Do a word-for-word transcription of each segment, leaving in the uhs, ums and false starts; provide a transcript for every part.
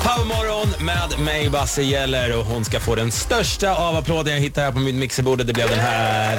Powermorgon med mig, Basse Gäller, och hon ska få den största av applåder jag hittar här på mitt mixerbord. Det blev den här.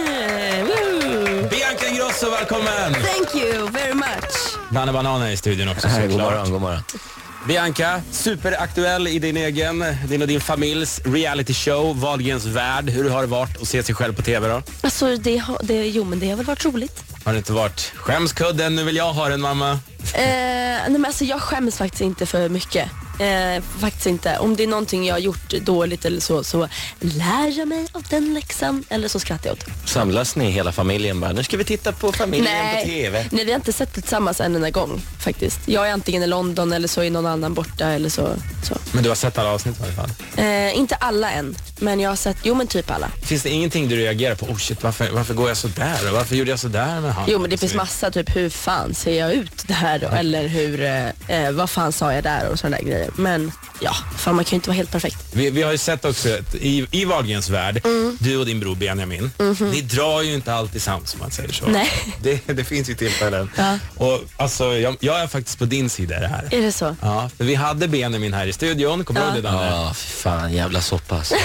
Bianca Ingrosso, välkommen! Thank you very much. Danne Bananer i studion också, såklart. såklart. God morgon, god morgon. Bianca, superaktuell i din egen, din och din familjs reality show, Wahlgrens värld. Hur har det varit att se sig själv på tv då? Alltså, det, har- det, jo men det har väl varit roligt. Har det inte varit skämskudden, nu vill jag ha den, mamma? Eh, nej men alltså jag skäms faktiskt inte för mycket. Eh, faktiskt inte. Om det är någonting jag har gjort dåligt eller så, så lär jag mig av den läxan. Eller så skrattar jag åt. Samlas ni hela familjen bara? Nu ska vi titta på familjen på tv. Nej, vi har inte sett det tillsammans en enda gång faktiskt. Jag är antingen i London eller så är någon annan borta eller så. så. Men du har sett alla avsnitt i alla fall? Eh, inte alla än, men jag har sett, jo men typ alla. Finns det ingenting du reagerar på? Oh shit, varför, varför går jag så där? Och varför gjorde jag så där med han? Jo men det finns massa, typ hur fan ser jag ut där? Och, eller hur, eh, vad fan sa jag där och sådana där grejer. Men ja, fan man kan ju inte vara helt perfekt. Vi, vi har ju sett också att i, i Wahlgrens värld, mm. du och din bror Benjamin, mm-hmm. ni drar ju inte alltid sams, om man säger så. Nej. Det, det finns ju tillfällen. Ja. Och alltså, jag, jag är faktiskt på din sida det här. Är det så? Ja, för vi hade Benjamin här i studion, kommer du Ja. ihåg det, Danne? Ja, fy fan, jävla soppa alltså.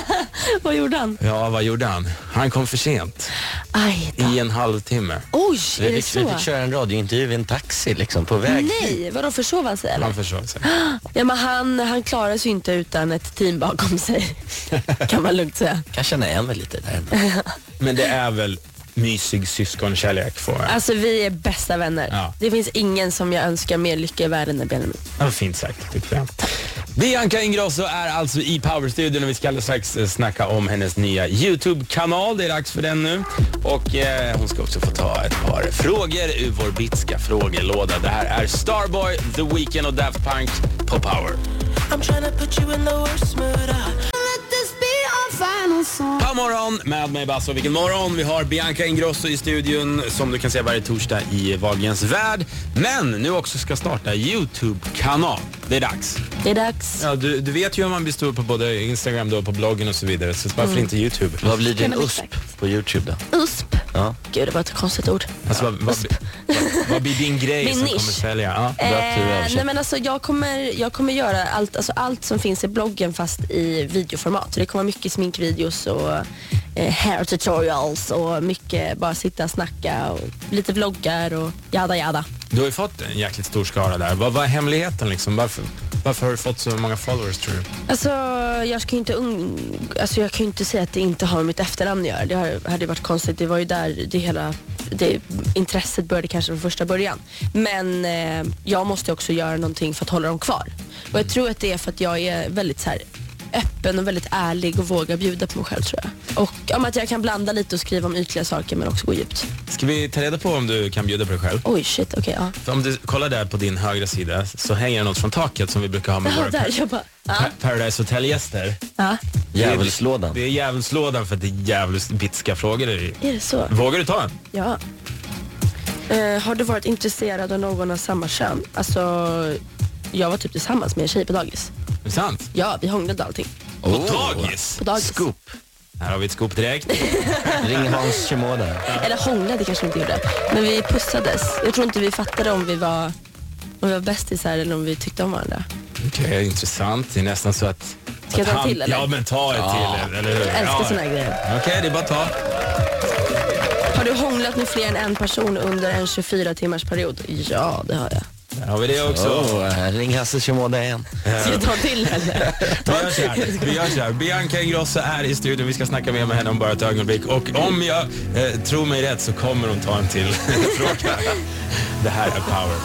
Vad gjorde han? Ja, vad gjorde han? Han kom för sent. Aj då. I en halvtimme. Oj, Vi är det fick, vi så? fick köra en radiointervju i en taxi liksom på väg. Nej, vadå, försov han sig eller? Han försov sig. Ja men han, han klarar sig inte utan ett team bakom sig. Kan man lugnt säga. Kan känna igen mig lite där. Men det är väl mysig syskonkärlek för mig. Alltså vi är bästa vänner. Ja. Det finns ingen som jag önskar mer lycka i världen än Benjamin. Det var fint sagt, tycker jag. Bianca Ingrosso är alltså i Power-studion och vi ska alldeles strax snacka om hennes nya YouTube-kanal. Det är dags för den nu. Och eh, hon ska också få ta ett par frågor ur vår bitska frågelåda. Det här är Starboy, The Weeknd och Daft Punk på Power. I'm trying to put you in the worst mood. Let this be our final song. God morgon med mig, Basso. Vilken morgon. Vi har Bianca Ingrosso i studion som du kan se varje torsdag i Wahlgrens värld. Men nu också ska starta YouTube-kanal. Det är dags. Det är dags. Ja, du, du vet ju hur man blir stor på både Instagram då, på bloggen och så vidare. Så varför Mm. inte YouTube? Vad blir din Ja, men U S P exakt. på YouTube då? U S P. Ja. Gud, det var ett konstigt ord. Alltså, vad, vad, vad, vad blir din grej Min som nisch. kommer sälja? Ja. Bra att du Eh, översätter. nej men alltså jag kommer, jag kommer göra allt, alltså allt som finns i bloggen fast i videoformat. Så det kommer mycket sminkvideos och eh, hair tutorials och mycket bara sitta och snacka och lite vloggar och jada jada. Du har ju fått en jäkligt stor skara där. Vad, vad är hemligheten liksom? Varför, varför har du fått så många followers, tror du? Alltså jag ska ju inte un... alltså jag kan ju inte säga att det inte har med mitt efternamn att göra. Det har, hade varit konstigt. Det var ju där det hela det, intresset började kanske från första början. Men eh, jag måste också göra någonting för att hålla dem kvar. Och jag tror att det är för att jag är väldigt så här öppen och väldigt ärlig och vågar bjuda på mig själv, tror jag. Och om att jag kan blanda lite och skriva om ytliga saker men också gå djupt. Ska vi ta reda på om du kan bjuda på dig själv? Oj shit, okej, ja. För om du kollar där på din högra sida så hänger det något från taket som vi brukar ha med Jaha, våra där, par- jag bara, ja. Pa- Paradise Hotel-gäster. Ja. Djävulslådan. Det är djävulslådan för att det är djävulskt bitska frågor i. Är det så? Vågar du ta en? Ja. Eh, har du varit intresserad av någon av samma kön? Alltså, jag var typ tillsammans med en tjej på dagis. Är det sant? Ja, vi hånglade allting. På Oh. dagis? På dagis. Scoop. Här har vi ett scoop direkt. Ring Hans Shimoda. Eller hånglade kanske vi inte gjorde. Men vi pussades. Jag tror inte vi fattade om vi var, om vi var bästisar eller om vi tyckte om varandra. Okej, okay, intressant. Det är nästan så att... Ska jag att ta en till, eller? Ja, men ta ett Ja. till, eller hur? Jag älskar Ja. såna här grejer. Okej, okay, det är bara att ta. Har du hånglat med fler än en person under en tjugofyra timmars period? Ja, det har jag. Där har vi det också. Oh, ring Hasse Shimoda igen. Ska jag ta till eller? Vi gör så här. Vi gör så här. Bianca Ingrosso är i studion. Vi ska snacka mer med henne om bara ett ögonblick. Och om jag eh, tror mig rätt så kommer hon ta en till fråga. Det här är Power.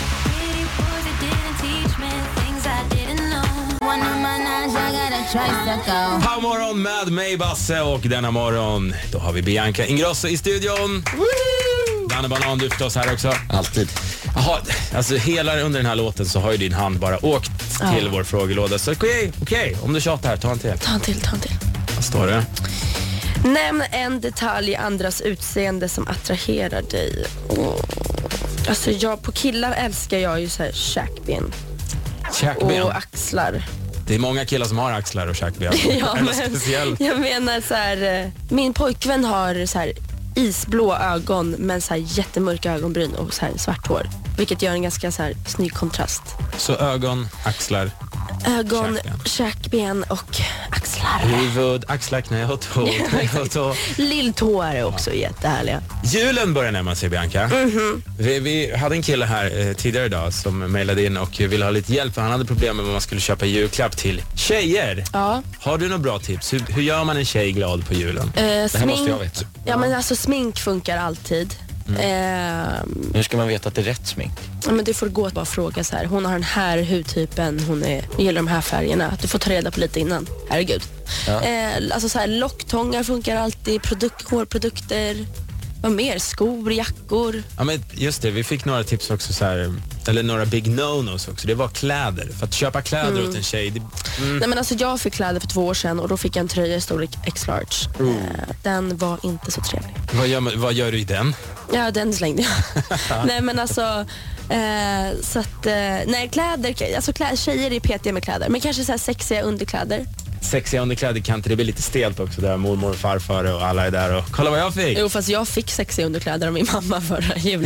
Powermorgon med mig, Basse, och denna morgon då har vi Bianca Ingrosso i studion. Danne Banan, du förstås här också. Alltid. Jaha, alltså hela under den här låten så har ju din hand bara åkt Ja. till vår frågelåda. Så okej, okej, om du tjatar här, ta en till. Ta en till, ta en till. Vad står det? Nämn en detalj i andras utseende som attraherar dig. Oh. Alltså jag, på killar älskar jag ju så här käkben Käkben. och axlar. Det är många killar som har axlar och käkben. Ja, Är det men speciellt? jag menar så här, eh, min pojkvän har så här isblå ögon men så här jättemörka ögonbryn och så här svart hår. vilket gör en ganska så här snygg kontrast. Så ögon, axlar, Ögon, Käkben. käkben och axlar. huvud, axlar, knä och tå. knä och tå. Lilltår är också jättehärliga. Julen börjar närma sig, Bianca. Mm-hmm. Vi, vi hade en kille här eh, tidigare idag som mejlade in och ville ha lite hjälp för han hade problem med vad man skulle köpa julklapp till tjejer. Ja. Har du några bra tips? Hur, hur gör man en tjej glad på julen? Eh, Det här måste smink- jag veta. Ja, men alltså smink funkar alltid. Eh, Hur ska man veta att det är rätt smink? ja, men det får gå att bara fråga så här. Hon har den här hudtypen, hon är, gillar de här färgerna. Du får ta reda på lite innan. Herregud. Ja. Eh, alltså så här, locktångar funkar alltid, produk- hårprodukter. Vad mer? Skor, jackor. Ja, men just det, vi fick några tips också så här, eller några big no-nos också. Det var kläder. För att köpa kläder Mm. åt en tjej, det, mm. Nej, men alltså jag fick kläder för två år sedan och då fick jag en tröja i storlek X-large. Eh, den var inte så trevlig. vad, gör, man- vad gör du i den? Ja, den slängde jag. Nej, men alltså eh, så att, eh, nej, kläder, alltså kläder, tjejer är petiga med kläder, men kanske så här sexiga underkläder. Sexiga underkläder kan inte det bli lite stelt också där mormor och farfar och alla är där och kolla vad jag fick. Jo, fast jag fick sexiga underkläder av min mamma förra julen.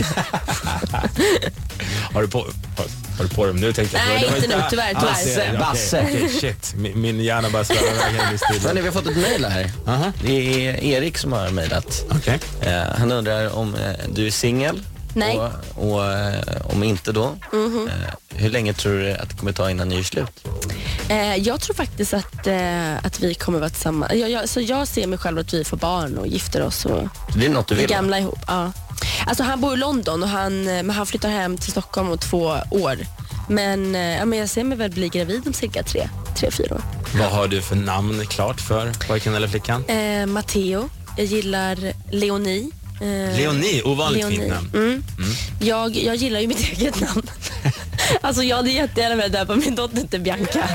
Har du på, har, har du på dem nu tänkte jag? Nej, Det var inte nu, tyvärr, tyvärr. Basse, okej, Basse. okej, shit, min, min hjärna bara svävar iväg här i studion. Men vi har fått ett mejl här. Aha. Det är Erik som har mejlat. Okej. Eh, han undrar om eh, du är singel. Nej. Och, och eh, om inte då, Mhm. eh, hur länge tror du att det kommer ta innan ni är slut? Eh, jag tror faktiskt att, eh, att vi kommer vara tillsammans. Jag, jag, så jag ser mig själv att vi får barn och gifter oss och Det är något du blir vill, va? gamla ihop. Ja. Alltså han bor i London och han, men han flyttar hem till Stockholm om två år. Men, eh, ja, men jag ser mig väl bli gravid om cirka tre, tre, fyra år. Vad har du för namn klart för pojken eller flickan? Eh, Matteo. Jag gillar Leonie. Eh, Leonie, ovanligt Leonie. fint namn. Mm. Jag, jag gillar ju mitt eget namn. Alltså jag hade jättegärna velat döpa min dotter till Bianca.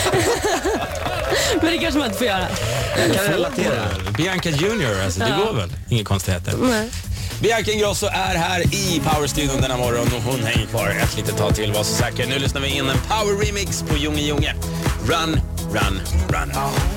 Men det kanske man inte får göra. Jag kan relatera. Bianca Junior, alltså det Ja. går väl? Inga konstigheter. Nej. Bianca Ingrosso är här i Powerstudion denna morgon och hon hänger kvar ett litet tag till, var så säker. Nu lyssnar vi in en power remix på Junge Junge. Run, run, run.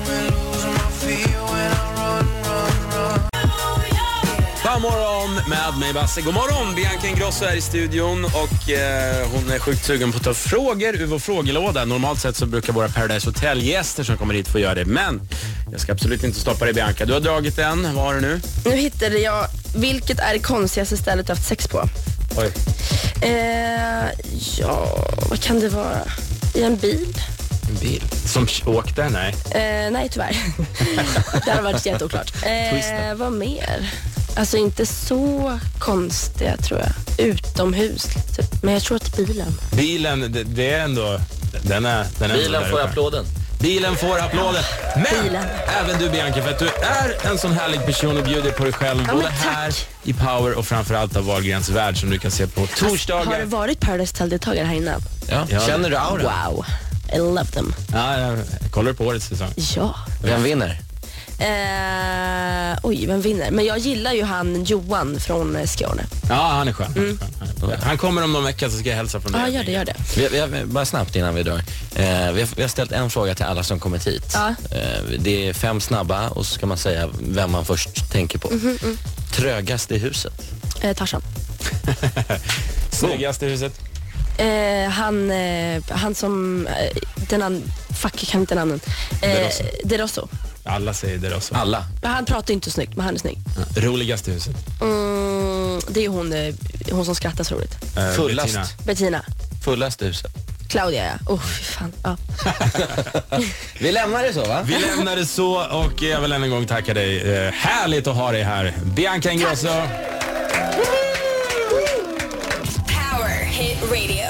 God morgon med mig Basse. God morgon, Bianca Ingrosso är i studion och eh, hon är sjukt sugen på att ta frågor ur vår frågelåda. Normalt sett så brukar våra Paradise Hotel-gäster som kommer hit få göra det, men jag ska absolut inte stoppa dig, Bianca. Du har dragit en, vad har du nu? Nu hittade jag, vilket är det konstigaste stället du haft sex på? Oj. Eh, ja, vad kan det vara? I en bil? En bil. Som åkte? Nej. Eh, nej, tyvärr. Det har varit jätteoklart. Eh, vad mer? Alltså inte så konstiga tror jag. Utomhus typ. Men jag tror att bilen. Bilen, det, det är ändå... Den är, den är Bilen ändå får där uppe. applåden. Bilen får applåden. Men Bilen. även du, Bianca, för att du är en sån härlig person och bjuder på dig själv. Ja, både men tack. här i Power och framförallt av Wahlgrens värld som du kan se på torsdagar. Har det varit Paradise Hotel-deltagare här innan? Ja. Ja. Känner du aura? Wow. I love them. Ja, ja, kollar du på årets säsong? Ja. Vem vinner? Eh, oj, vem vinner? Men jag gillar ju han Johan från eh, Skåne. Ja, han är skön. Han, är skön. Han, är skön. Han kommer om någon vecka så ska jag hälsa från dig. Ja, gör det, gör det. Vi, vi, har- bara snabbt innan vi drar. Eh, vi, har, vi har ställt en fråga till alla som kommit hit. Ja. Eh, det är fem snabba och så ska man säga vem man först tänker på. Mm-hmm, Trögast i huset. Eh, Tarzan. Snyggaste huset. Eh, han, eh, han som, eh, den an, fuck jag kan inte namnen. De Eh, Rosso. De Rosso. Alla säger det också. Alla. Men han pratar inte så snyggt, men han är snygg. Ja. Roligaste huset. Mm, det är hon, eh, hon som skrattar så roligt. Eh, Fullast. Bettina. Bettina. Fullaste huset. Claudia, ja. Oh, fy fan. Ja. Vi lämnar det så, va? Vi lämnar det så och jag vill än en gång tacka dig. Eh, härligt att ha dig här. Bianca Ingrosso. Power Hit Radio.